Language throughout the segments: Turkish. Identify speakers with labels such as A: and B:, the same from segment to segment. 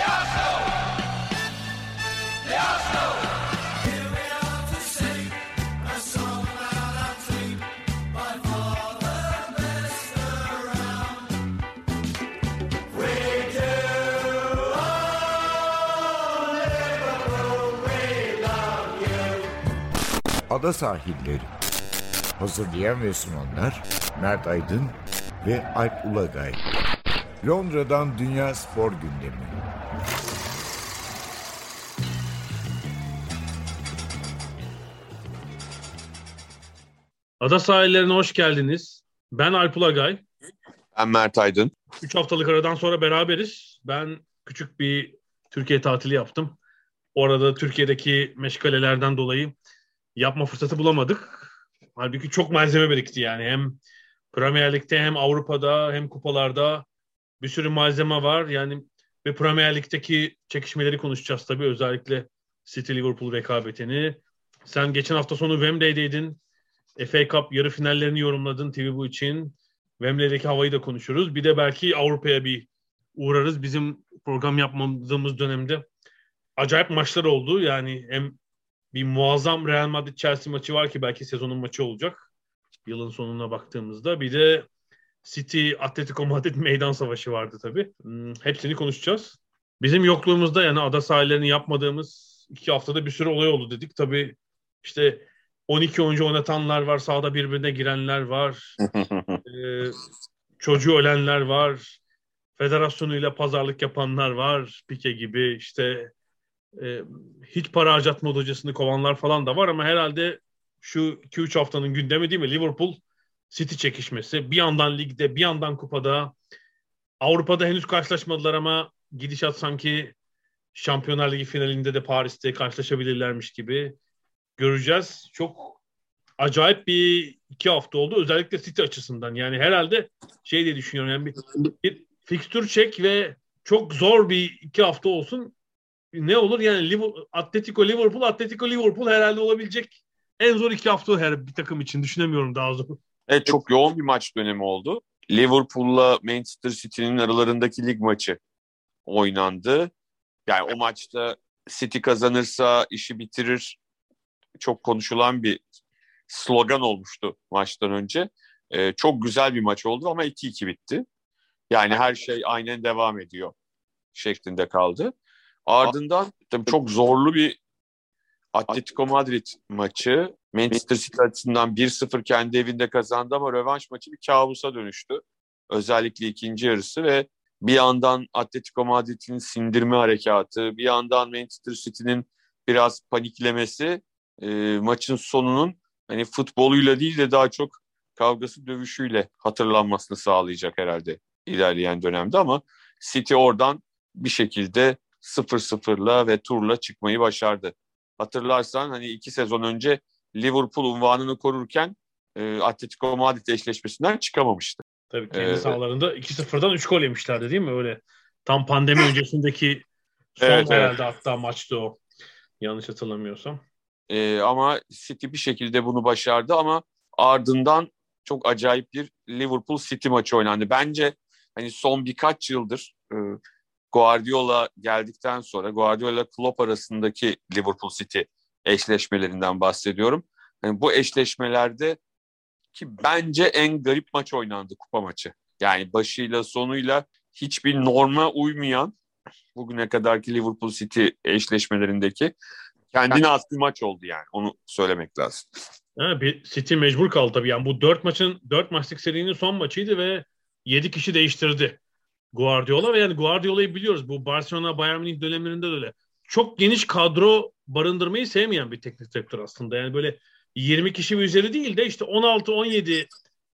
A: Ada Sahilleri. Hazırlayan ve sunanlar Mert Aydın ve Alp Ulagay. Londra'dan Dünya Spor Gündemi.
B: Ada Sahillerine hoş geldiniz. Ben Alp Ulagay.
C: Ben Mert Aydın.
B: 3 haftalık aradan sonra beraberiz. Ben küçük bir Türkiye tatili yaptım. Orada Türkiye'deki meşgalelerden dolayı yapma fırsatı bulamadık. Halbuki çok malzeme birikti yani. Hem Premier Lig'de hem Avrupa'da hem kupalarda bir sürü malzeme var. Yani ve Premier Lig'deki çekişmeleri konuşacağız tabii. Özellikle City-Liverpool rekabetini. Sen geçen hafta sonu Wembley'deydin. FA Cup yarı finallerini yorumladın TV bu için. Wembley'deki havayı da konuşuruz. Bir de belki Avrupa'ya bir uğrarız. Bizim program yapmadığımız dönemde acayip maçlar oldu. Yani hem bir muazzam Real Madrid-Chelsea maçı var ki belki sezonun maçı olacak. Yılın sonuna baktığımızda. Bir de City-Atletico Madrid meydan savaşı vardı tabii. Hepsini konuşacağız. Bizim yokluğumuzda yani ada sahillerini yapmadığımız 2 haftada bir sürü olay oldu dedik. Tabii işte 12 oyuncu oynatanlar var. Sahada birbirine girenler var. Çocuğu ölenler var. Federasyonuyla pazarlık yapanlar var. Pike gibi işte hiç para harcatma hocasını kovanlar falan da var ama herhalde şu 2-3 haftanın gündemi değil mi? Liverpool City çekişmesi. Bir yandan ligde, bir yandan kupada. Avrupa'da henüz karşılaşmadılar ama gidişat sanki Şampiyonlar Ligi finalinde de Paris'te karşılaşabilirlermiş gibi. Göreceğiz. Çok acayip bir 2 hafta oldu. Özellikle City açısından. Yani herhalde şey diye düşünüyorum. Yani bir fikstür çek ve çok zor bir 2 hafta olsun. Ne olur yani Atletico Liverpool herhalde olabilecek en zor 2 hafta her bir takım için. Düşünemiyorum daha zor.
C: Evet, çok yoğun bir maç dönemi oldu. Liverpool'la Manchester City'nin aralarındaki lig maçı oynandı. Yani o maçta City kazanırsa işi bitirir. Çok konuşulan bir slogan olmuştu maçtan önce. Çok güzel bir maç oldu ama 2-2 bitti. Yani her şey aynen devam ediyor şeklinde kaldı. Ardından tabii çok zorlu bir Atletico Madrid maçı. Manchester City açısından 1-0 kendi evinde kazandı ama rövanş maçı bir kabusa dönüştü. Özellikle ikinci yarısı ve bir yandan Atletico Madrid'in sindirme harekatı, bir yandan Manchester City'nin biraz paniklemesi maçın sonunun hani futboluyla değil de daha çok kavgası dövüşüyle hatırlanmasını sağlayacak herhalde ilerleyen dönemde ama City oradan bir şekilde 0-0'la ve turla çıkmayı başardı. Hatırlarsan hani 2 sezon önce Liverpool unvanını korurken Atletico Madrid eşleşmesinden çıkamamıştı.
B: Tabii kendi sahalarında 2-0'dan 3 gol yemişlerdi değil mi? Öyle tam pandemi öncesindeki son herhalde hatta maçtı o. Yanlış hatırlamıyorsam.
C: Ama City bir şekilde bunu başardı ama ardından çok acayip bir Liverpool City maçı oynandı. Bence hani son birkaç yıldır Guardiola geldikten sonra Guardiola Klopp arasındaki Liverpool City eşleşmelerinden bahsediyorum. Yani bu eşleşmelerde ki bence en garip maç oynandı, kupa maçı. Yani başıyla sonuyla hiçbir norma uymayan bugüne kadarki Liverpool City eşleşmelerindeki kendine has bir maç oldu yani. Onu söylemek lazım.
B: Bir City mecbur kaldı tabii. Yani bu 4 maçlık serinin son maçıydı ve 7 kişi değiştirdi Guardiola ve yani Guardiola'yı biliyoruz. Bu Barcelona Bayern Münih dönemlerinde de öyle. Çok geniş kadro barındırmayı sevmeyen bir teknik direktör aslında. Yani böyle 20 kişi ve üzeri değil de işte 16-17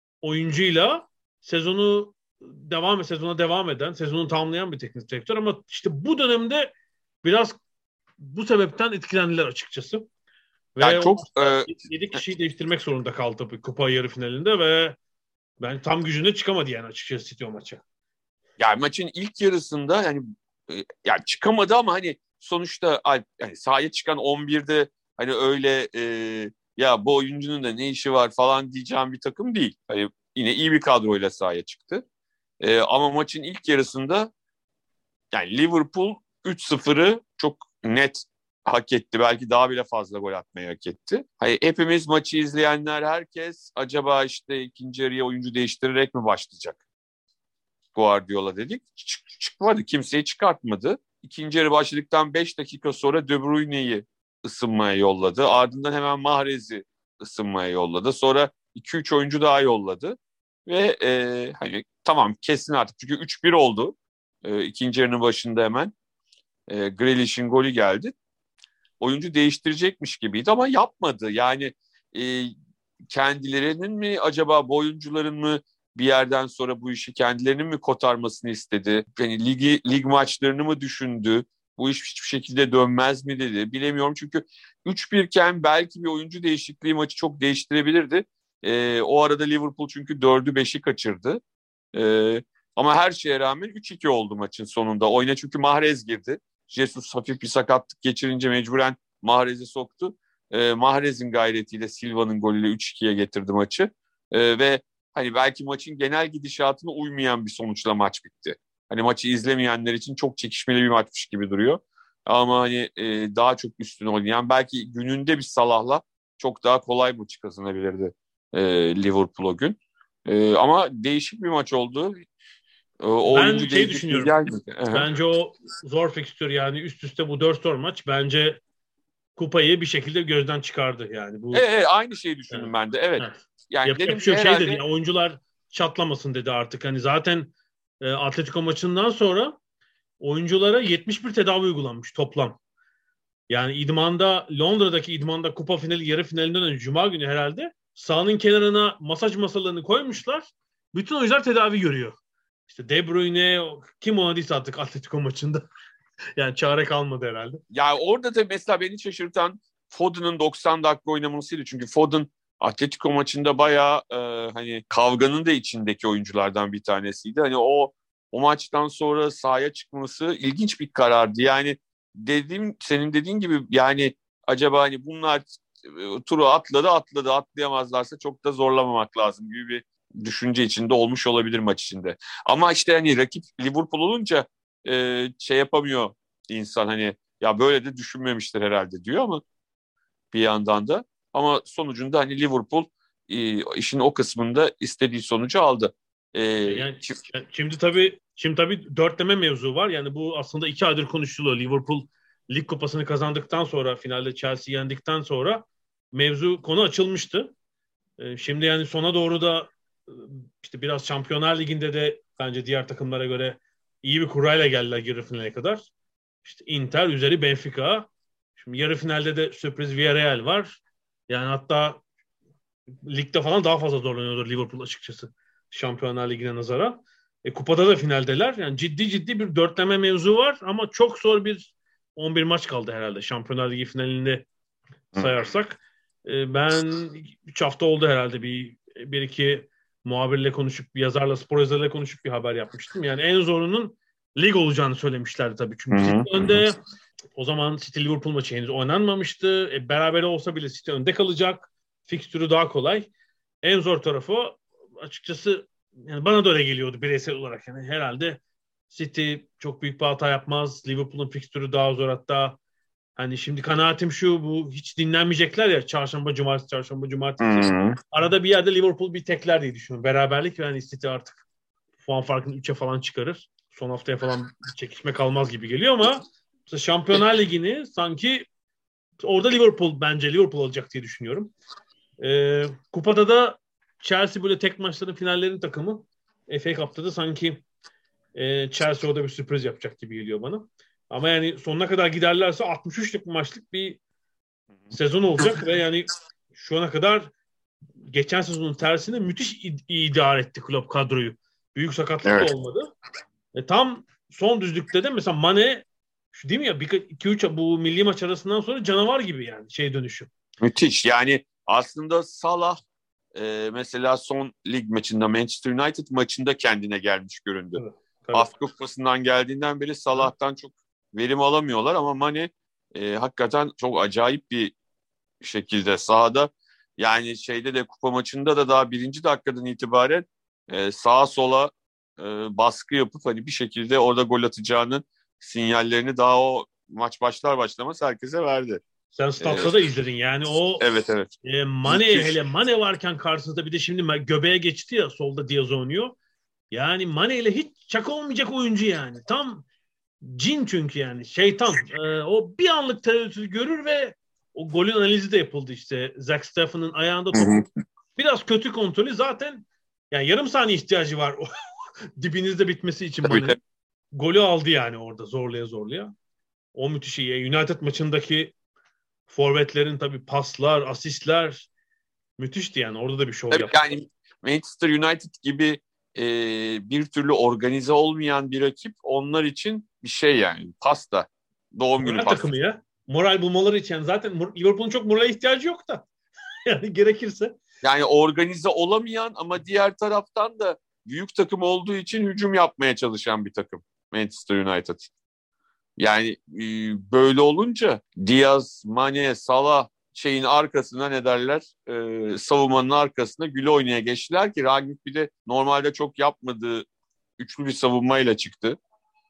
B: oyuncuyla sezona devam eden, sezonu tamamlayan bir teknik direktör ama işte bu dönemde biraz bu sebepten etkilendiler açıkçası. Ve
C: yani çok
B: 7 kişiyi değiştirmek zorunda kaldı tabii kupa yarı finalinde ve ben tam gücüne çıkamadı yani açıkçası City o maça.
C: Yani maçın ilk yarısında yani çıkamadı ama hani sonuçta yani sahaya çıkan 11'de hani öyle ya bu oyuncunun da ne işi var falan diyeceğim bir takım değil. Hani yine iyi bir kadroyla sahaya çıktı. Ama maçın ilk yarısında yani Liverpool 3-0'ı çok net hak etti. Belki daha bile fazla gol atmayı hak etti. Hani hepimiz maçı izleyenler, herkes acaba işte ikinci yarıya oyuncu değiştirerek mi başlayacak Guardiola dedik. Çıkmadı. Kimseyi çıkartmadı. İkinci yarı başladıktan 5 dakika sonra De Bruyne'yi ısınmaya yolladı. Ardından hemen Mahrez'i ısınmaya yolladı. Sonra 2-3 oyuncu daha yolladı. Ve hani tamam kesin artık. Çünkü 3-1 oldu. İkinci yarının başında hemen Grealish'in golü geldi. Oyuncu değiştirecekmiş gibiydi ama yapmadı. Yani kendilerinin mi acaba, bu oyuncuların mı bir yerden sonra bu işi kendilerinin mi kotarmasını istedi? Yani lig maçlarını mı düşündü? Bu iş hiçbir şekilde dönmez mi dedi. Bilemiyorum çünkü 3-1 iken belki bir oyuncu değişikliği maçı çok değiştirebilirdi. O arada Liverpool çünkü 4'ü 5'i kaçırdı. Ama her şeye rağmen 3-2 oldu maçın sonunda. Oyuna çünkü Mahrez girdi. Jesus hafif bir sakatlık geçirince mecburen Mahrez'i soktu. Mahrez'in gayretiyle Silva'nın golüyle 3-2'ye getirdi maçı. Ve hani belki maçın genel gidişatına uymayan bir sonuçla maç bitti. Hani maçı izlemeyenler için çok çekişmeli bir maçmış gibi duruyor. Ama hani daha çok üstüne oynayan, belki gününde bir Salah'la çok daha kolay maçı kazanabilirdi Liverpool o gün. Ama değişik bir maç oldu.
B: Ben düşünüyorum. Bence o zor fikstür, yani üst üste bu 4 zor maç bence kupayı bir şekilde gözden çıkardı yani. Bu
C: aynı şeyi düşündüm ben de. Evet.
B: Yani yapacak dedim ki herhalde... dedi ya, oyuncular çatlamasın dedi artık. Hani zaten Atletico maçından sonra oyunculara 71 tedavi uygulanmış toplam. Yani Londra'daki idmanda kupa finali, yarı finalinden önce Cuma günü herhalde sahanın kenarına masaj masalarını koymuşlar. Bütün oyuncular tedavi görüyor. İşte De Bruyne, kim oynadıysa artık Atletico maçında. Yani çare kalmadı herhalde.
C: Ya orada da mesela beni şaşırtan Foden'ın 90 dakika oynamasıydı. Çünkü Foden Atletico maçında bayağı hani kavganın da içindeki oyunculardan bir tanesiydi. Hani o maçtan sonra sahaya çıkması ilginç bir karardı. Yani senin dediğin gibi, yani acaba hani bunlar turu atlayamazlarsa çok da zorlamamak lazım gibi bir düşünce içinde olmuş olabilir maç içinde. Ama işte hani rakip Liverpool olunca şey yapamıyor insan, hani ya böyle de düşünmemiştir herhalde diyor ama bir yandan da, ama sonucunda hani Liverpool işin o kısmında istediği sonucu aldı.
B: Şimdi tabii dörtleme mevzu var. Yani bu aslında 2 aydır konuşuluyor. Liverpool lig kupasını kazandıktan sonra, finalde Chelsea yendikten sonra konu açılmıştı. Şimdi yani sona doğru da işte biraz Şampiyonlar Ligi'nde de bence diğer takımlara göre iyi bir kurayla geldiler yarı finale kadar. İşte Inter üzeri Benfica. Şimdi yarı finalde de sürpriz Villarreal var. Yani hatta ligde falan daha fazla zorlanıyordur Liverpool açıkçası Şampiyonlar Ligi'ne nazara. Kupada da finaldeler. Yani ciddi bir dörtleme mevzu var ama çok zor bir 11 maç kaldı herhalde Şampiyonlar Ligi finalinde sayarsak. Ben 3 hafta oldu herhalde bir iki muhabirle konuşup, bir yazarla, spor yazarıyla konuşup bir haber yapmıştım. Yani en zorunun lig olacağını söylemişlerdi tabii. Çünkü City önde. O zaman City Liverpool maçı henüz oynanmamıştı. Beraber olsa bile City önde kalacak. Fikstürü daha kolay. En zor tarafı açıkçası, yani bana da öyle geliyordu bireysel olarak. Yani herhalde City çok büyük bir hata yapmaz. Liverpool'un fikstürü daha zor hatta. Hani şimdi kanaatim şu, bu hiç dinlenmeyecekler ya, çarşamba cumartesi. Arada bir yerde Liverpool bir tekler diye düşünüyorum. Beraberlik ve hani City artık puan farkını 3'e falan çıkarır. Son haftaya falan bir çekişme kalmaz gibi geliyor ama Şampiyonlar Ligi'ni sanki orada bence Liverpool alacak diye düşünüyorum. Kupada da Chelsea böyle tek maçların finallerinin takımı. FA Cup'ta da sanki Chelsea orada bir sürpriz yapacak gibi geliyor bana. Ama yani sonuna kadar giderlerse 63'lük maçlık bir sezon olacak ve yani şu ana kadar geçen sezonun tersine müthiş iyi idare etti kulüp kadroyu. Büyük sakatlık da olmadı. Tam son düzlükte de mesela Mane, şu değil mi ya, 2-3 bu milli maç arasından sonra canavar gibi yani dönüşü.
C: Müthiş. Yani aslında Salah mesela son lig maçında, Manchester United maçında kendine gelmiş göründü. Evet. Afrika Kupası'ndan geldiğinden beri Salah'tan çok verim alamıyorlar ama Mane hakikaten çok acayip bir şekilde sahada, yani şeyde de, kupa maçında da daha 1. dakikadan itibaren sağa sola baskı yapıp hani bir şekilde orada gol atacağını sinyallerini daha o maç başlar başlamaz herkese verdi.
B: Sen statta da izledin yani o
C: evet.
B: Mane, hele Mane varken karşısında, bir de şimdi göbeğe geçti ya, solda Diaz oynuyor. Yani Mane ile hiç şaka olmayacak oyuncu yani. Tam cin çünkü yani şeytan. O bir anlık tereddütü görür ve o golün analizi de yapıldı işte. Zach Steffen'ın ayağında top. Biraz kötü kontrolü zaten, yani yarım saniye ihtiyacı var dibinizde bitmesi için Mane. Golü aldı yani orada zorlaya. O müthiş iyi. United maçındaki forvetlerin tabii paslar, asistler müthişti yani. Orada da bir şov yaptı.
C: Yani Manchester United gibi bir türlü organize olmayan bir rakip onlar için bir şey yani. Pasta. Doğum günü pastası.
B: Takımı ya. Moral bulmaları için. Zaten Liverpool'un çok morale ihtiyacı yok da. Yani gerekirse.
C: Yani organize olamayan ama diğer taraftan da büyük takım olduğu için hücum yapmaya çalışan bir takım Manchester United. Yani böyle olunca Diaz, Mane, Salah şeyin arkasına ne derler, savunmanın arkasına güle oynaya geçtiler ki Rangnick bir de normalde çok yapmadığı üçlü bir savunmayla çıktı.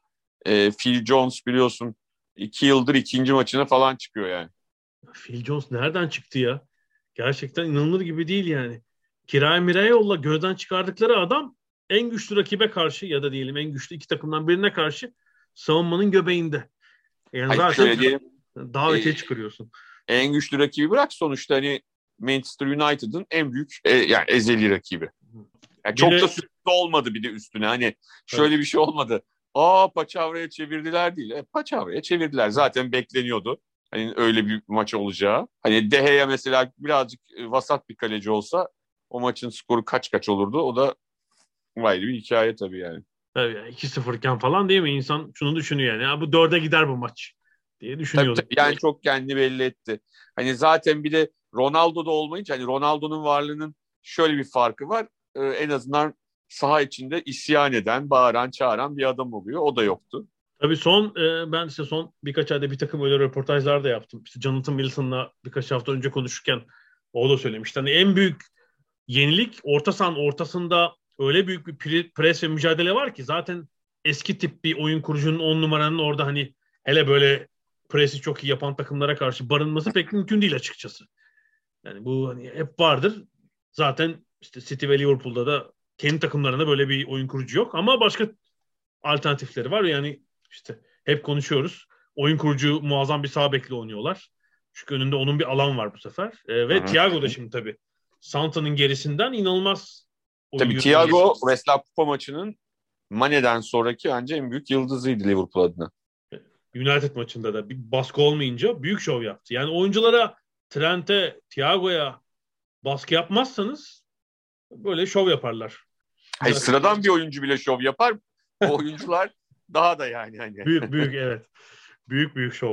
C: Phil Jones biliyorsun 2 yıldır ikinci maçına falan çıkıyor yani.
B: Phil Jones nereden çıktı ya? Gerçekten inanılır gibi değil yani. Kiraya miraya yolla gözden çıkardıkları adam en güçlü rakibe karşı, ya da diyelim en güçlü iki takımdan birine karşı savunmanın göbeğinde. Yani zaten davetiye çıkarıyorsun.
C: En güçlü rakibi bırak, sonuçta hani Manchester United'ın en büyük yani ezeli rakibi. Yani çok da sürpriz olmadı bir de üstüne. Hani şöyle bir şey olmadı. Paçavraya çevirdiler değil. Paçavraya çevirdiler. Zaten bekleniyordu. Hani öyle bir maç olacağı. Hani De Gea mesela birazcık vasat bir kaleci olsa o maçın skoru kaç olurdu. O da ayrı bir hikaye tabii yani.
B: Tabii 2-0 iken falan değil mi? İnsan şunu düşünüyor yani. Ya bu 4'e gider bu maç diye düşünüyordu.
C: Tabii, yani çok kendini belli etti. Hani zaten bir de Ronaldo'da olmayınca, hani Ronaldo'nun varlığının şöyle bir farkı var. En azından saha içinde isyan eden, bağıran, çağıran bir adam oluyor. O da yoktu.
B: Tabii ben işte son birkaç ayda bir takım öyle röportajlar da yaptım. İşte Jonathan Wilson'la birkaç hafta önce konuşurken o da söylemişti. Hani en büyük yenilik orta sahanın ortasında öyle büyük bir pres ve mücadele var ki, zaten eski tip bir oyun kurucunun 10 numaranın orada hani hele böyle presi çok iyi yapan takımlara karşı barınması pek mümkün değil açıkçası. Yani bu hani hep vardır. Zaten işte City ve Liverpool'da da kendi takımlarında böyle bir oyun kurucu yok ama başka alternatifleri var. Yani işte hep konuşuyoruz. Oyun kurucu muazzam bir sağ bekle oynuyorlar. Çünkü önünde onun bir alan var bu sefer. Ve Thiago da şimdi tabii Santa'nın gerisinden inanılmaz oyun.
C: Tabii Thiago West Ham Kupa maçının Mane'den sonraki bence en büyük yıldızıydı Liverpool adına.
B: United maçında da bir baskı olmayınca büyük şov yaptı. Yani oyunculara, Trent'e, Thiago'ya baskı yapmazsanız böyle şov yaparlar.
C: Hayır, sıradan bir oyuncu bile şov yapar. O oyuncular daha da yani. Hani.
B: Büyük evet. Büyük şov.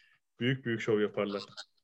B: Büyük şov yaparlar.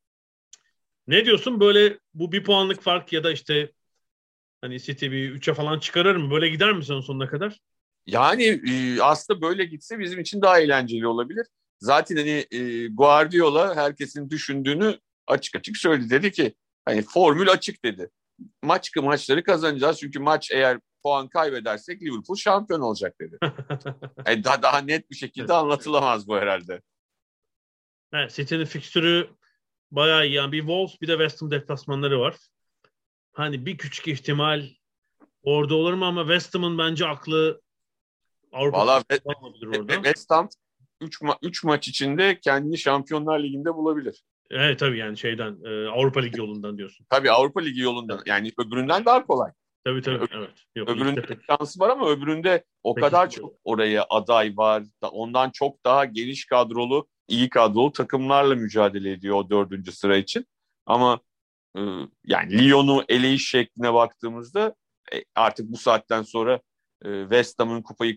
B: Ne diyorsun böyle, bu bir puanlık fark ya da işte hani City bir 3'e falan çıkarır mı? Böyle gider mi sonuna kadar?
C: Yani aslında böyle gitse bizim için daha eğlenceli olabilir. Zaten hani Guardiola herkesin düşündüğünü açık açık söyledi. Dedi ki hani formül açık dedi. Maçları kazanacağız. Çünkü maç eğer puan kaybedersek Liverpool şampiyon olacak dedi. Daha net bir şekilde anlatılamaz bu herhalde.
B: Evet, City'nin fikstürü bayağı iyi. Yani bir Wolves bir de West Ham deplasmanları var. Hani bir küçük ihtimal orada olur mu, ama West Ham'ın bence aklı Avrupa'da olabilir orada.
C: West Ham 3 maç içinde kendini Şampiyonlar Ligi'nde bulabilir.
B: Evet tabii, yani Avrupa Ligi yolundan diyorsun.
C: Tabii Avrupa Ligi yolundan. Yani öbüründen daha kolay.
B: Tabii evet. Yok,
C: öbüründe şansı var ama öbüründe o kadar çok oraya aday var. Ondan çok daha geniş kadrolu, iyi kadrolu takımlarla mücadele ediyor o 4. sıra için. Ama yani Lyon'u eleyiş şekline baktığımızda artık bu saatten sonra West Ham'ın kupayı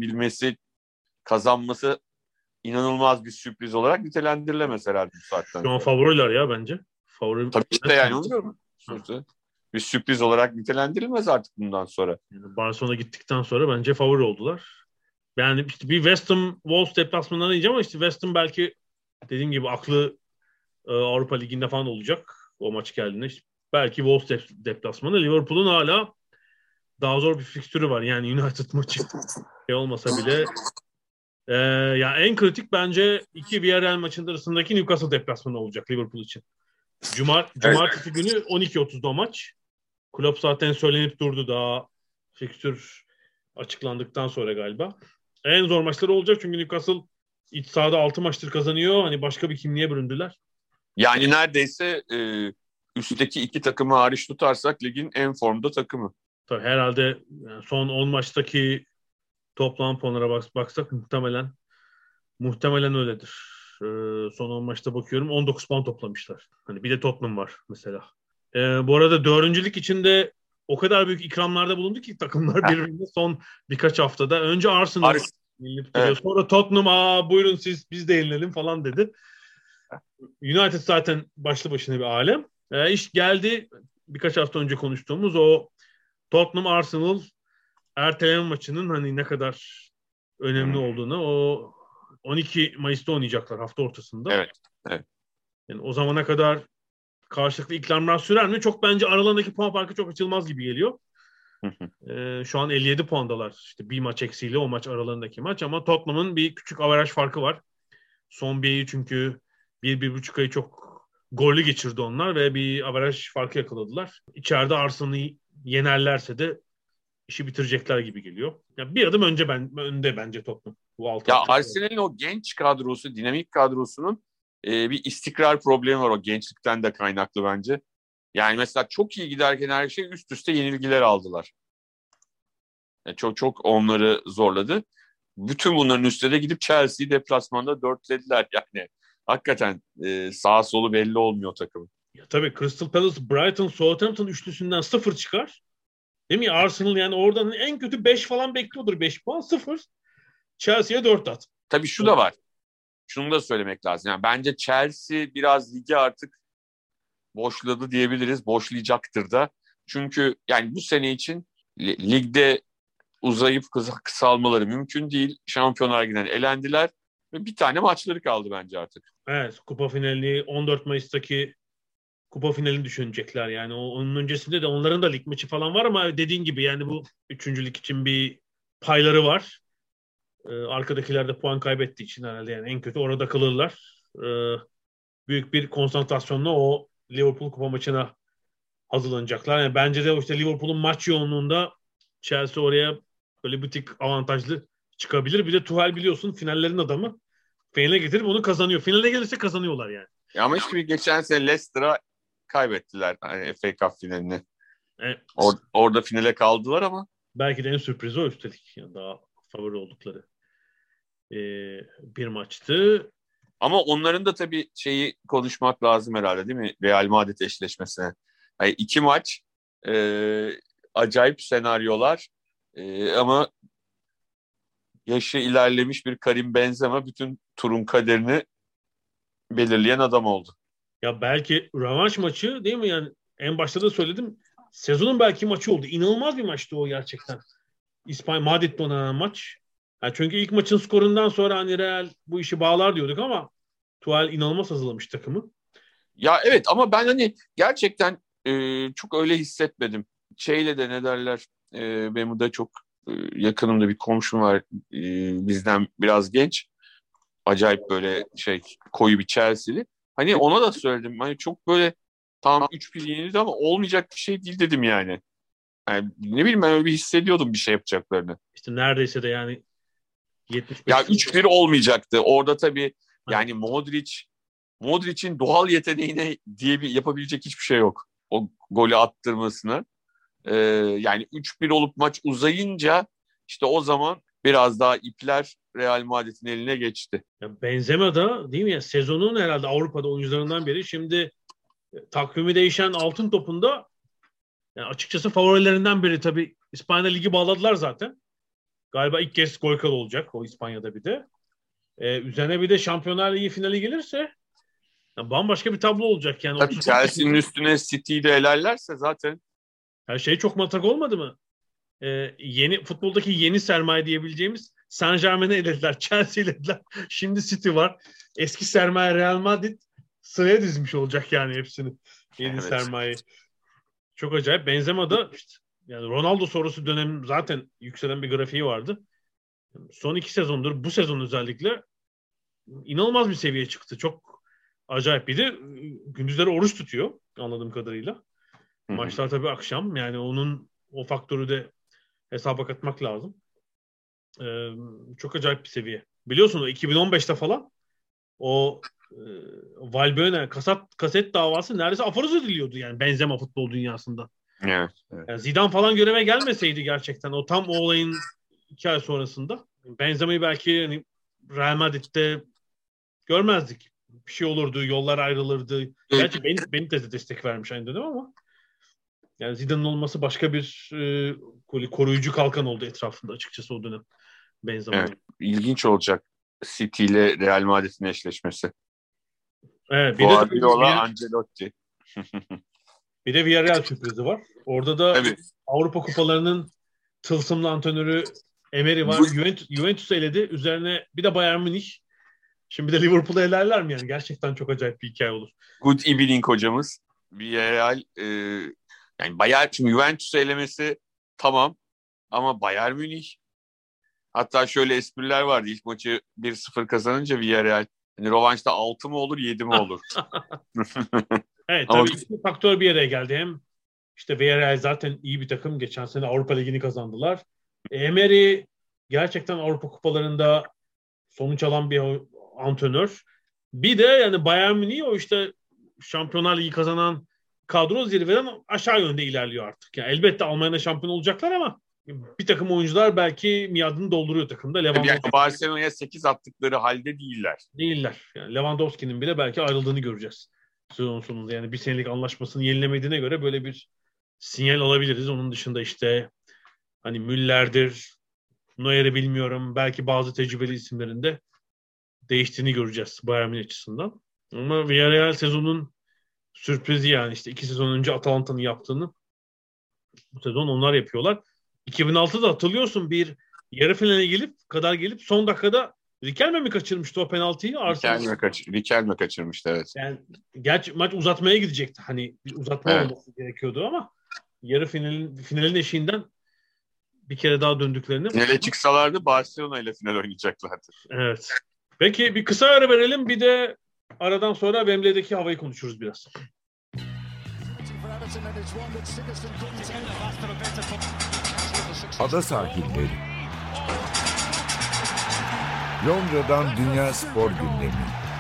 C: kazanması inanılmaz bir sürpriz olarak nitelendirilemez herhalde bu saatten sonra.
B: Şu an favoriler ya bence.
C: Tabii işte yani onu diyorum. Bir sürpriz olarak nitelendirilmez artık bundan sonra.
B: Yani Barcelona gittikten sonra bence favori oldular. Yani işte bir West Ham Wolves deplasmanlarına diyeceğim ama işte West Ham belki dediğim gibi aklı Avrupa Ligi'nde falan olacak o maç geldiğinde. İşte belki Wolves deplasmanı. Liverpool'un hala daha zor bir fikstürü var. Yani United maçı olmasa bile Yani en kritik bence iki Villarreal maçının arasındaki Newcastle deplasmanı olacak Liverpool için. Cumartesi günü 12.30'da o maç. Klopp zaten söylenip durdu daha fikstür açıklandıktan sonra galiba. En zor maçları olacak çünkü Newcastle iç sahada 6 maçtır kazanıyor. Hani başka bir kimliğe büründüler.
C: Yani neredeyse üstteki iki takımı hariç tutarsak ligin en formda takımı.
B: Tabii herhalde yani son 10 maçtaki toplam puanlara baksak muhtemelen öyledir. Son 10 maçta bakıyorum 19 puan toplamışlar. Hani bir de Tottenham var mesela. Bu arada dördüncülük içinde o kadar büyük ikramlarda bulundu ki takımlar birbirine son birkaç haftada. Önce Arsenal evet. Sonra Tottenham buyurun biz de yenilelim falan dedi. United zaten başlı başına bir alem. İş geldi birkaç hafta önce konuştuğumuz o Tottenham Arsenal erteleme maçının hani ne kadar önemli olduğunu o 12 Mayıs'ta oynayacaklar hafta ortasında.
C: Evet.
B: Yani o zamana kadar karşılıklı ikramlar sürer mi? Çok bence aralarındaki puan farkı çok açılmaz gibi geliyor. Şu an 57 puandalar. İşte bir maç eksiğiyle o maç aralarındaki maç ama Tottenham'ın bir küçük averaj farkı var. Son bir ayı çünkü 1,5 ayı çok gollü geçirdi onlar ve bir averaj farkı yakaladılar. İçeride Arsenal'ı yenerlerse de işi bitirecekler gibi geliyor. Yani bir adım önde bence Tottenham. Bu
C: ya Arsenal'in o genç kadrosu, dinamik kadrosunun bir istikrar problemi var o gençlikten de kaynaklı bence. Yani mesela çok iyi giderken her şey üst üste yenilgiler aldılar. Çok onları zorladı. Bütün bunların üstüne de gidip Chelsea'yi deplasmanda dörtlediler yani. Hakikaten sağ solu belli olmuyor takımın.
B: Ya tabii Crystal Palace, Brighton, Southampton üçlüsünden 0 çıkar. Değil mi? Arsenal yani oradan en kötü 5 falan bekliyordur. 5 puan 0. Chelsea'ye 4 at.
C: Tabii şu da var. Şunu da söylemek lazım. Yani bence Chelsea biraz ligi artık boşladı diyebiliriz. Boşlayacaktır da. Çünkü yani bu sene için ligde uzayıp kısalmaları mümkün değil. Şampiyonlar Ligi'nden elendiler ve bir tane maçları kaldı bence artık.
B: Evet, kupa finali 14 Mayıs'taki kupa finalini düşünecekler. Yani onun öncesinde de onların da lig maçı falan var ama dediğin gibi yani bu üçüncülük için bir payları var. Arkadakiler de puan kaybettiği için herhalde yani en kötü orada kalırlar. Büyük bir konsantrasyonla o Liverpool kupa maçına hazırlanacaklar. Yani bence de işte Liverpool'un maç yoğunluğunda Chelsea oraya böyle bir tık avantajlı çıkabilir. Bir de Tuchel biliyorsun finallerin adamı. Finale getirip onu kazanıyor. Finale gelirse kazanıyorlar yani.
C: Ama işte geçen sene Leicester'a kaybettiler hani FA Cup finalini.
B: Evet.
C: Orada finale kaldılar ama.
B: Belki de en sürprizi o üstelik. Yani daha favori oldukları bir maçtı.
C: Ama onların da tabii şeyi konuşmak lazım herhalde değil mi? Real Madrid eşleşmesine. Yani 2 maç acayip senaryolar ama yaşı ilerlemiş bir Karim Benzema bütün turun kaderini belirleyen adam oldu.
B: Ya belki rövanş maçı değil mi? Yani en başta da söyledim. Sezonun belki maçı oldu. İnanılmaz bir maçtı o gerçekten. Madrid'de oynanan maç. Yani çünkü ilk maçın skorundan sonra hani Real bu işi bağlar diyorduk ama Tuchel inanılmaz hazırlamış takımı.
C: Ya evet ama ben hani gerçekten çok öyle hissetmedim. Şeyle de ne derler benim de çok yakınımda bir komşum var bizden biraz genç. Acayip böyle koyu bir Chelsea'li. Hani ona da söyledim. Hani çok böyle tam 3-1 yenildi ama olmayacak bir şey değil dedim yani. Yani ne bileyim ben öyle bir hissediyordum bir şey yapacaklarını.
B: İşte neredeyse de yani 75.
C: Ya 3-1 olmayacaktı. Orada tabii yani Modric'in doğal yeteneğine yapabilecek hiçbir şey yok. O golü attırmasına. Yani 3-1 olup maç uzayınca işte o zaman biraz daha ipler Real Madrid'in eline geçti.
B: Ya Benzema da değil mi ya sezonun herhalde Avrupa'da oyuncularından biri. Şimdi takvimi değişen altın topunda yani açıkçası favorilerinden biri tabii İspanya Ligi bağladılar zaten. Galiba ilk kez gol kralı olacak o İspanya'da bir de. Üzerine bir de Şampiyonlar Ligi finali gelirse bambaşka bir tablo olacak yani.
C: Tabii Chelsea'nin üstüne City'yi de elerlerse zaten.
B: Her şey çok matrak olmadı mı? Yeni futboldaki yeni sermaye diyebileceğimiz Saint-Germain'i elediler, Chelsea elediler. Şimdi City var. Eski sermaye Real Madrid sıraya dizmiş olacak yani hepsini. Yeni
C: evet.
B: sermaye. Çok acayip. Benzema da işte, yani Ronaldo sonrası dönem zaten yükselen bir grafiği vardı. Son 2 sezondur, bu sezon özellikle inanılmaz bir seviye çıktı. Çok acayip. Bir de gündüzleri oruç tutuyor anladığım kadarıyla.
C: Hı-hı.
B: Maçlar tabii akşam. Yani onun o faktörü de hesaba katmak lazım. Çok acayip bir seviye. Biliyorsun o 2015'te falan o Valbuena kaset davası neredeyse aforoz ediliyordu yani Benzema futbol dünyasında.
C: Evet.
B: Yani Zidane falan göreve gelmeseydi gerçekten o olayın 2 ay sonrasında Benzema'yı belki hani Real Madrid'de görmezdik. Bir şey olurdu, yollar ayrılırdı. Gerçi benim de destek vermiş aynı dönem ama yani Zidane'ın olması başka bir koruyucu kalkan oldu etrafında açıkçası o dönem Benzema'nın.
C: Evet. İlginç olacak City ile Real Madrid'in eşleşmesi.
B: Evet,
C: Guardiola, Ancelotti.
B: Bir de Villarreal sürprizi var. Orada da
C: Evet.
B: Avrupa kupalarının tılsımlı antrenörü Emery var. Juventus'u eledi. Üzerine bir de Bayern Münih. Şimdi de Liverpool'u elerler mi yani? Gerçekten çok acayip bir hikaye olur.
C: Good evening hocamız. Villarreal yani Bayern, şimdi Juventus'u elemesi tamam ama Bayern Münih, hatta şöyle espriler vardı. İlk maçı 1-0 kazanınca Villarreal, hani rövanşta 6 mı olur 7 mi olur?
B: Evet
C: ama
B: tabii iki faktör bir araya geldi. Hem işte Villarreal zaten iyi bir takım. Geçen sene Avrupa Ligi'ni kazandılar. Emery gerçekten Avrupa kupalarında sonuç alan bir antrenör. Bir de yani Bayern Münih o işte Şampiyonlar Ligi kazanan kadro zirveden aşağı yönde ilerliyor artık. Yani elbette Almanya'da şampiyon olacaklar ama bir takım oyuncular belki miadını dolduruyor takımda.
C: yani Barcelona'ya 8 attıkları halde
B: değiller. Yani Lewandowski'nin bile belki ayrıldığını göreceğiz sezon sonunda. Yani bir senelik anlaşmasını yenilemediğine göre böyle bir sinyal alabiliriz. Onun dışında işte hani Müller'dir, Neuer'i bilmiyorum. Belki bazı tecrübeli isimlerin de değiştiğini göreceğiz Bayern Münih açısından. Ama Villarreal sezonun sürprizi yani işte 2 sezon önce Atalanta'nın yaptığını bu sezon onlar yapıyorlar. 2006'da hatırlıyorsun bir yarı finale gelip son dakikada Riquelme mi kaçırmıştı o penaltıyı?
C: Riquelme kaçırmıştı, evet.
B: Yani gerçi maç uzatmaya gidecekti. Hani bir uzatma olması gerekiyordu ama yarı finalin eşiğinden bir kere daha döndüklerini.
C: Finale çıksalardı Barcelona ile final oynayacaklardı.
B: Evet. Peki bir kısa ara verelim. Bir de aradan sonra Wembley'deki havayı konuşuruz biraz.
A: Ada sahilleri. Londra'dan Dünya Spor Gündemi.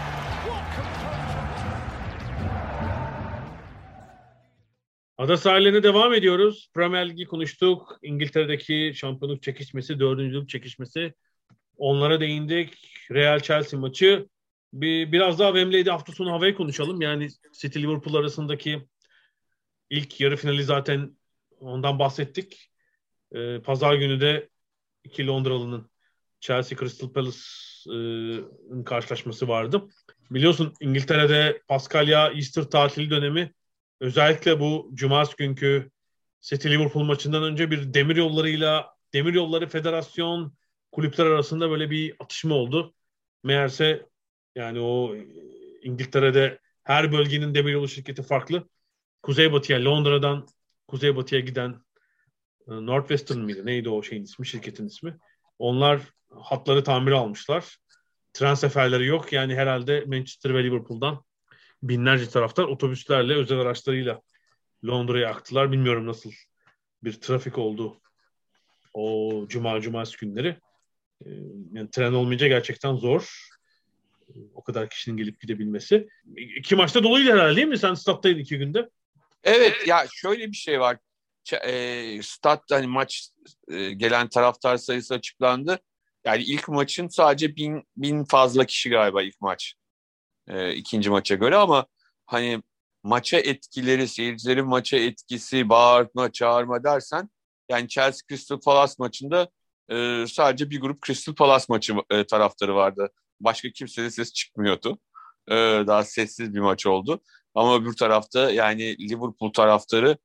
B: Ada sahillerine devam ediyoruz. Premier Ligi konuştuk. İngiltere'deki şampiyonluk çekişmesi, dördüncülük çekişmesi. Onlara değindik. Real Chelsea maçı. Biraz daha Wembley'de hafta sonu havayı konuşalım. Yani City Liverpool arasındaki ilk yarı finali zaten ondan bahsettik. Pazar günü de iki Londralı'nın Chelsea Crystal Palace'ın karşılaşması vardı. Biliyorsun İngiltere'de Paskalya Easter tatili dönemi, özellikle bu Cumartesi günkü City Liverpool maçından önce bir Demiryolları Federasyon kulüpler arasında böyle bir atışma oldu. Meğerse yani o İngiltere'de her bölgenin demiryolu şirketi farklı. Kuzeybatıya, Londra'dan kuzeybatıya giden Northwestern miydi? Neydi o şirketin ismi? Onlar hatları tamir almışlar. Tren seferleri yok. Yani herhalde Manchester ve Liverpool'dan binlerce taraftar otobüslerle, özel araçlarıyla Londra'ya aktılar. Bilmiyorum nasıl bir trafik oldu o cumartesi günleri. Yani tren olmayınca gerçekten zor. O kadar kişinin gelip gidebilmesi. 2 maçta doluydu herhalde, değil mi? Sen stat'taydın 2 günde.
C: Evet ya, şöyle bir şey var. Statta hani maç gelen taraftar sayısı açıklandı. Yani ilk maçın sadece bin fazla kişi galiba ilk maç. İkinci maça göre, ama hani maça etkileri, seyircilerin maça etkisi, bağırma, çağırma dersen, yani Chelsea Crystal Palace maçında sadece bir grup Crystal Palace maçı taraftarı vardı. Başka kimsenin ses çıkmıyordu. Daha sessiz bir maç oldu. Ama öbür tarafta yani Liverpool taraftarı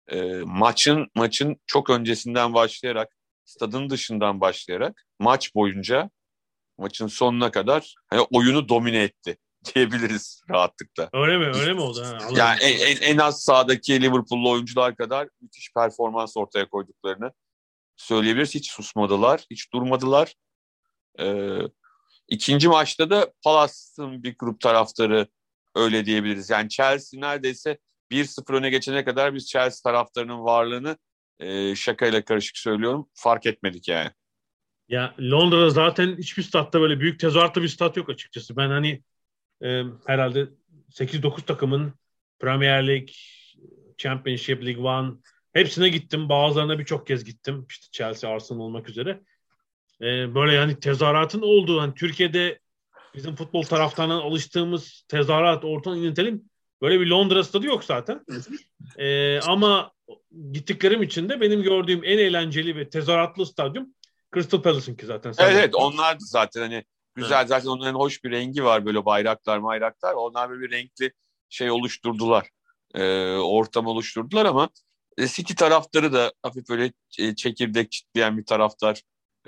C: maçın çok öncesinden başlayarak, stadın dışından başlayarak maç boyunca, maçın sonuna kadar hani oyunu domine etti diyebiliriz rahatlıkla.
B: Öyle mi oldu?
C: Yani en az sahadaki Liverpool'lu oyuncular kadar müthiş performans ortaya koyduklarını söyleyebiliriz. Hiç susmadılar, hiç durmadılar. İkinci maçta da Palace'ın bir grup taraftarı öyle diyebiliriz. Yani Chelsea neredeyse 1-0 öne geçene kadar biz Chelsea taraftarının varlığını şakayla karışık söylüyorum fark etmedik yani.
B: Ya Londra'da zaten hiçbir statta böyle büyük tezahüratlı bir stat yok açıkçası. Ben hani herhalde 8-9 takımın Premier Lig, Championship, League One hepsine gittim. Bazılarına birçok kez gittim. İşte Chelsea, Arsenal olmak üzere. Böyle yani tezahüratın olduğu, hani Türkiye'de bizim futbol taraftarından alıştığımız tezahürat ortamı nitelim böyle bir Londra stadı yok zaten. Ama gittiklerim için de benim gördüğüm en eğlenceli ve tezahüratlı stadyum Crystal Palace'ınki zaten.
C: Evet, onlar da zaten hani güzel, evet. Zaten onların hoş bir rengi var, böyle bayraklar. Onlar böyle bir renkli şey oluşturdular. Ortam oluşturdular ama City taraftarı da hafif böyle çekirdek çitleyen bir taraftar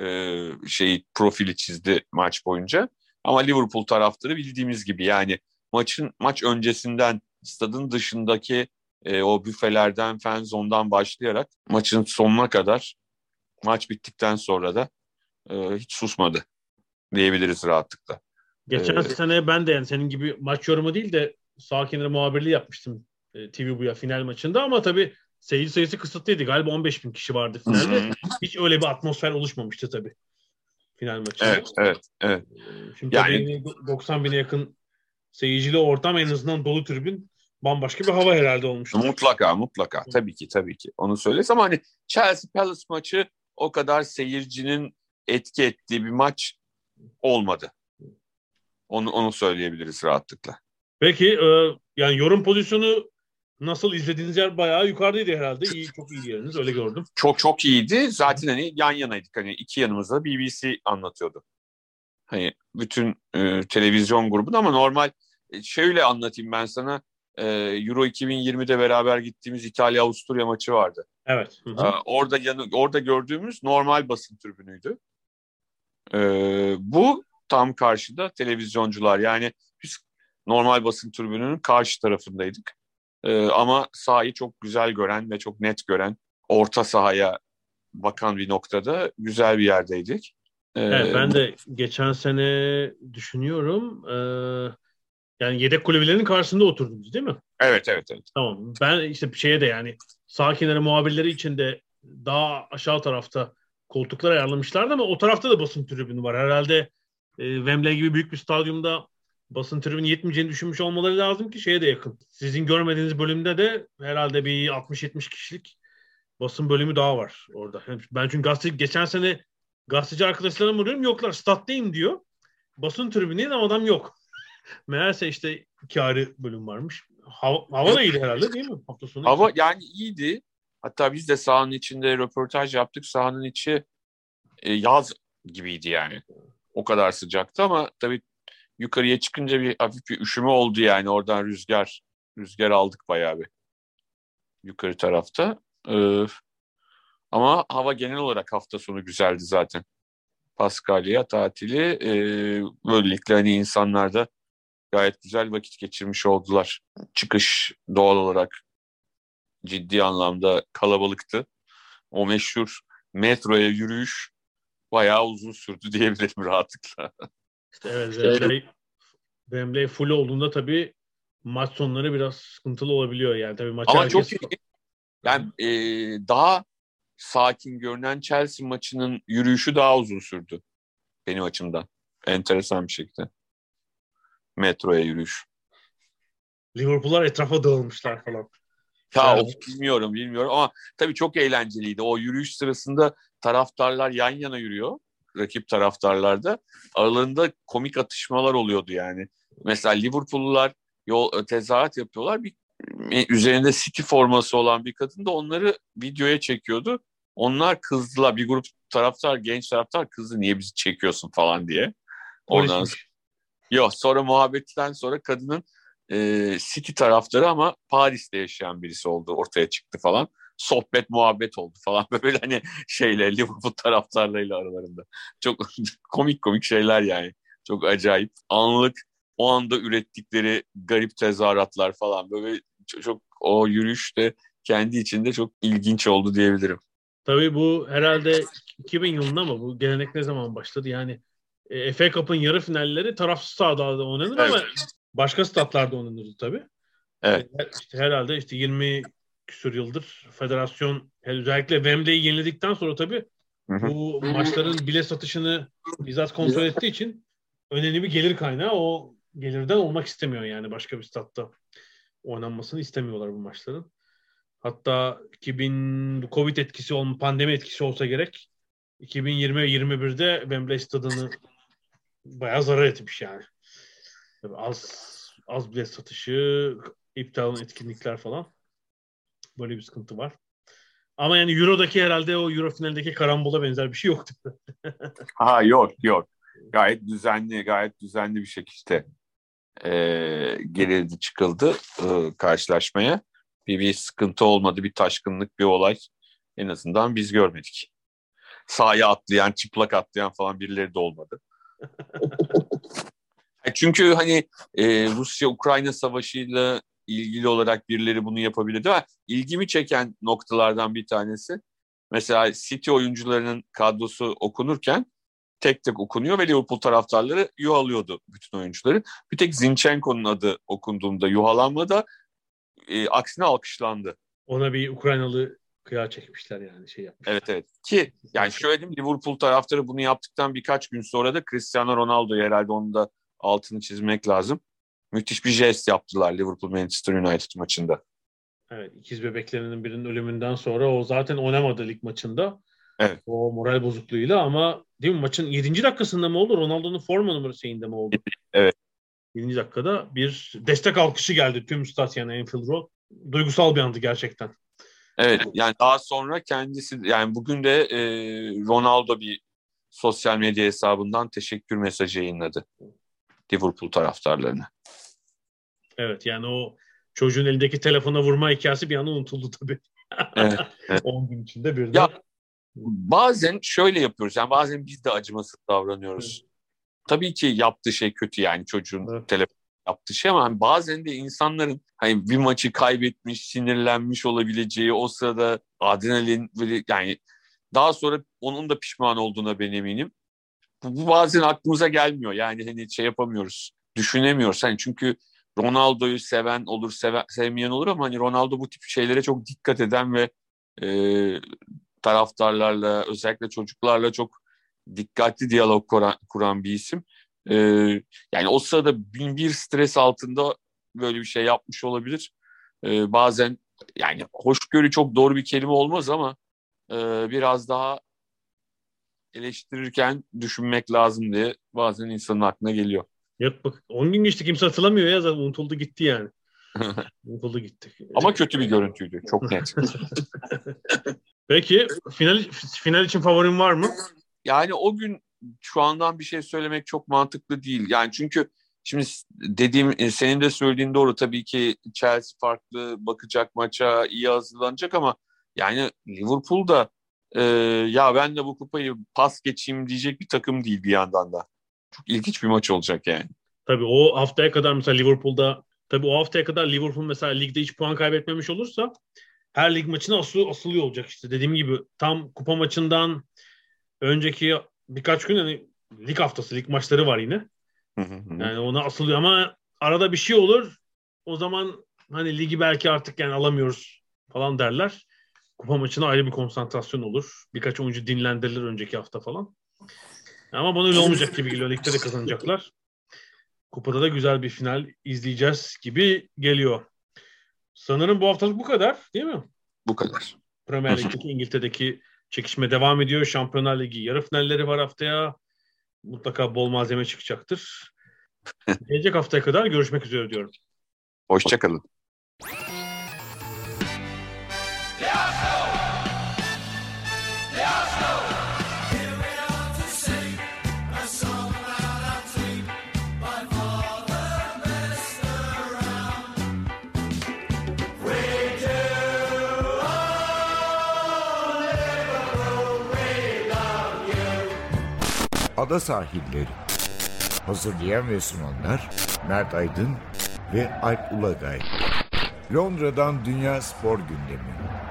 C: profili çizdi maç boyunca. Ama Liverpool taraftarı bildiğimiz gibi yani maç öncesinden stadın dışındaki o büfelerden, fan zone'dan başlayarak maçın sonuna kadar, maç bittikten sonra da hiç susmadı diyebiliriz rahatlıkla.
B: Geçen sene ben de yani senin gibi maç yorumu değil de sağ kenara muhabirliği yapmıştım TV Bu'ya final maçında, ama tabii seyirci sayısı kısıtlıydı. Galiba 15 bin kişi vardı finalde. Hiç öyle bir atmosfer oluşmamıştı tabii final maçında.
C: Evet.
B: Şimdi yani 90 bine yakın seyircili ortam, en azından dolu tribün, bambaşka bir hava herhalde olmuştu.
C: Mutlaka. Tabii ki. Onu söylesem ama hani Chelsea Palace maçı o kadar seyircinin etki ettiği bir maç olmadı. Onu söyleyebiliriz rahatlıkla.
B: Peki yani yorum pozisyonu nasıl, izlediğiniz yer bayağı yukarıdaydı herhalde. Çok iyi yeriniz, öyle gördüm.
C: Çok iyiydi. Zaten hani yan yanaydık. Hani iki yanımızda BBC anlatıyordu. Hani bütün televizyon grubunu, ama normal şöyle anlatayım ben sana. Euro 2020'de beraber gittiğimiz İtalya-Avusturya maçı vardı.
B: Evet.
C: Orada gördüğümüz normal basın tribünüydü. Bu tam karşıda televizyoncular, yani biz normal basın tribününün karşı tarafındaydık. Ama sahayı çok güzel gören ve çok net gören, orta sahaya bakan bir noktada güzel bir yerdeydik.
B: Evet, ben de geçen sene düşünüyorum. Yani yedek kulübelerinin karşısında oturdunuz değil mi?
C: Evet.
B: Tamam. Ben işte şeye de yani sağ kenarı muhabirleri için de daha aşağı tarafta koltuklar ayarlamışlardı, ama o tarafta da basın tribünü var. Herhalde Wembley gibi büyük bir stadyumda basın tribünü yetmeyeceğini düşünmüş olmaları lazım ki şeye de yakın. Sizin görmediğiniz bölümde de herhalde bir 60-70 kişilik basın bölümü daha var orada. Ben çünkü geçen sene gazeteci arkadaşlarıma arıyorum, yoklar, stat'tayım diyor. Basın tribünü ama adam yok. Meğerse işte 2 ayrı bölüm varmış. Hava da iyiydi herhalde değil mi? Hafta sonu.
C: Hava yani iyiydi. Hatta biz de sahanın içinde röportaj yaptık. Sahanın içi yaz gibiydi yani. O kadar sıcaktı ama tabii yukarıya çıkınca bir hafif bir üşüme oldu yani. Oradan rüzgar aldık bayağı bir yukarı tarafta. Ama hava genel olarak hafta sonu güzeldi zaten. Paskalya tatili. Böylelikle hani insanlar da gayet güzel vakit geçirmiş oldular. Çıkış doğal olarak ciddi anlamda kalabalıktı. O meşhur metroya yürüyüş bayağı uzun sürdü diyebilirim rahatlıkla.
B: İşte evet, Wembley full olduğunda tabii maç sonları biraz sıkıntılı olabiliyor yani. Tabii maçı
C: ama çok iyi. Yani daha sakin görünen Chelsea maçının yürüyüşü daha uzun sürdü benim açımdan. Enteresan bir şekilde. Metroya yürüyüş.
B: Liverpool'lar etrafa dağılmışlar falan.
C: Ya bilmiyorum ama tabii çok eğlenceliydi. O yürüyüş sırasında taraftarlar yan yana yürüyor. Rakip taraftarlarda. Aralarında komik atışmalar oluyordu yani. Mesela Liverpool'lular tezahürat yapıyorlar. Üzerinde City forması olan bir kadın da onları videoya çekiyordu. Onlar kızdılar. Bir grup taraftar, genç taraftar kızdı. Niye bizi çekiyorsun falan diye. Sonra muhabbetten sonra kadının City taraftarı ama Paris'te yaşayan birisi oldu, ortaya çıktı falan. Sohbet muhabbet oldu falan böyle hani Liverpool taraftarlarıyla aralarında. Çok komik şeyler yani. Çok acayip. O anda ürettikleri garip tezahüratlar falan böyle çok o yürüyüş de kendi içinde çok ilginç oldu diyebilirim.
B: Tabii bu herhalde 2000 yılında, ama bu gelenek ne zaman başladı? Yani FA Cup'ın yarı finalleri tarafsız sahada oynanır ama başka statlarda oynanırdı tabii.
C: Evet.
B: İşte herhalde 20 küsur yıldır federasyon özellikle Wembley'i yeniledikten sonra tabii bu maçların bilet satışını bizzat kontrol ettiği için önemli bir gelir kaynağı. O gelirden olmak istemiyor yani, başka bir statta oynanmasını istemiyorlar bu maçların. Hatta Covid etkisi pandemi etkisi olsa gerek 2020 ve 21'de Wembley stadını bayağı zarar etmiş yani. Tabii az bilet satışı, iptal olan etkinlikler falan. Böyle bir sıkıntı var. Ama yani Euro'daki herhalde o Euro finaldeki karambola benzer bir şey yoktu.
C: Yok. Gayet düzenli bir şekilde gerildi, çıkıldı karşılaşmaya. Bir sıkıntı olmadı, bir taşkınlık, bir olay en azından biz görmedik. Sahaya atlayan, çıplak atlayan falan birileri de olmadı. Çünkü hani Rusya-Ukrayna savaşıyla ilgili olarak birileri bunu yapabilirdi. Ama ilgimi çeken noktalardan bir tanesi, mesela City oyuncularının kadrosu okunurken tek tek okunuyor ve Liverpool taraftarları yuhalıyordu bütün oyuncuları. Bir tek Zinchenko'nun adı okunduğunda yuhalanmadı, aksine alkışlandı.
B: Ona bir Ukraynalı kıya çekmişler yani, şey yapmışlar.
C: Evet. Ki yani şöyle diyeyim, Liverpool taraftarı bunu yaptıktan birkaç gün sonra da Cristiano Ronaldo'yu, herhalde onun da altını çizmek lazım, müthiş bir jest yaptılar Liverpool Manchester United maçında.
B: Evet, ikiz bebeklerinin birinin ölümünden sonra o zaten oynamadı lig maçında.
C: Evet.
B: O moral bozukluğuyla, ama değil mi, maçın 7. dakikasında mı oldu? Ronaldo'nun forma numarası mi oldu?
C: Evet.
B: 7. dakikada bir destek alkışı geldi tüm stat, yani Anfield Road. Duygusal bir andı gerçekten.
C: Evet, yani daha sonra kendisi, yani bugün de Ronaldo bir sosyal medya hesabından teşekkür mesajı yayınladı Liverpool taraftarlarına.
B: Evet, yani o çocuğun elindeki telefona vurma hikayesi bir anda unutuldu tabii.
C: Evet.
B: 10 gün içinde birden.
C: Ya bazen şöyle yapıyoruz, yani bazen biz de acımasız davranıyoruz. Evet. Tabii ki yaptığı şey kötü, yani çocuğun telefon yaptığı şey, ama bazen de insanların hani bir maçı kaybetmiş, sinirlenmiş olabileceği, o sırada adrenalin, yani daha sonra onun da pişman olduğuna ben eminim. Bu bazen aklımıza gelmiyor. Yani hani şey yapamıyoruz, düşünemiyoruz. Hani çünkü Ronaldo'yu seven olur, sevmeyen olur, ama hani Ronaldo bu tip şeylere çok dikkat eden ve taraftarlarla, özellikle çocuklarla çok dikkatli diyalog kuran bir isim. Yani o sırada bir stres altında böyle bir şey yapmış olabilir. Bazen yani hoşgörü çok doğru bir kelime olmaz ama biraz daha eleştirirken düşünmek lazım diye bazen insanın aklına geliyor.
B: Yok bak, 10 gün geçti, kimse hatırlamıyor ya, zaten unutuldu gitti yani. Unutuldu gitti.
C: Ama kötü bir görüntüydü, çok net.
B: Peki final için favorin var mı?
C: Yani o gün şu andan bir şey söylemek çok mantıklı değil. Yani çünkü şimdi dediğim, senin de söylediğin doğru. Tabii ki Chelsea farklı bakacak maça, iyi hazırlanacak, ama yani Liverpool da ya ben de bu kupayı pas geçeyim diyecek bir takım değil bir yandan da. Çok ilginç bir maç olacak yani.
B: Tabii o haftaya kadar mesela Liverpool'da, tabii o haftaya kadar Liverpool mesela ligde hiç puan kaybetmemiş olursa her lig maçına asılıyor olacak işte. Dediğim gibi tam kupa maçından önceki birkaç gün hani lig haftası, lig maçları var yine. Yani ona asılıyor, ama arada bir şey olur. O zaman hani ligi belki artık yani alamıyoruz falan derler. Kupa maçına ayrı bir konsantrasyon olur. Birkaç oyuncu dinlendirilir önceki hafta falan. Ama bana öyle olmayacak gibi geliyor. Ligde de kazanacaklar. Kupada da güzel bir final izleyeceğiz gibi geliyor. Sanırım bu haftalık bu kadar, değil mi?
C: Bu kadar.
B: Premier Lig'deki, İngiltere'deki çekişme devam ediyor. Şampiyonlar Ligi yarı finalleri var haftaya. Mutlaka bol malzeme çıkacaktır. Gelecek haftaya kadar görüşmek üzere diyorum.
C: Hoşça kalın.
A: Ada Sahilleri. Hazırlayan ve sunanlar Mert Aydın ve Alp Ulagay. Londra'dan Dünya Spor Gündemi.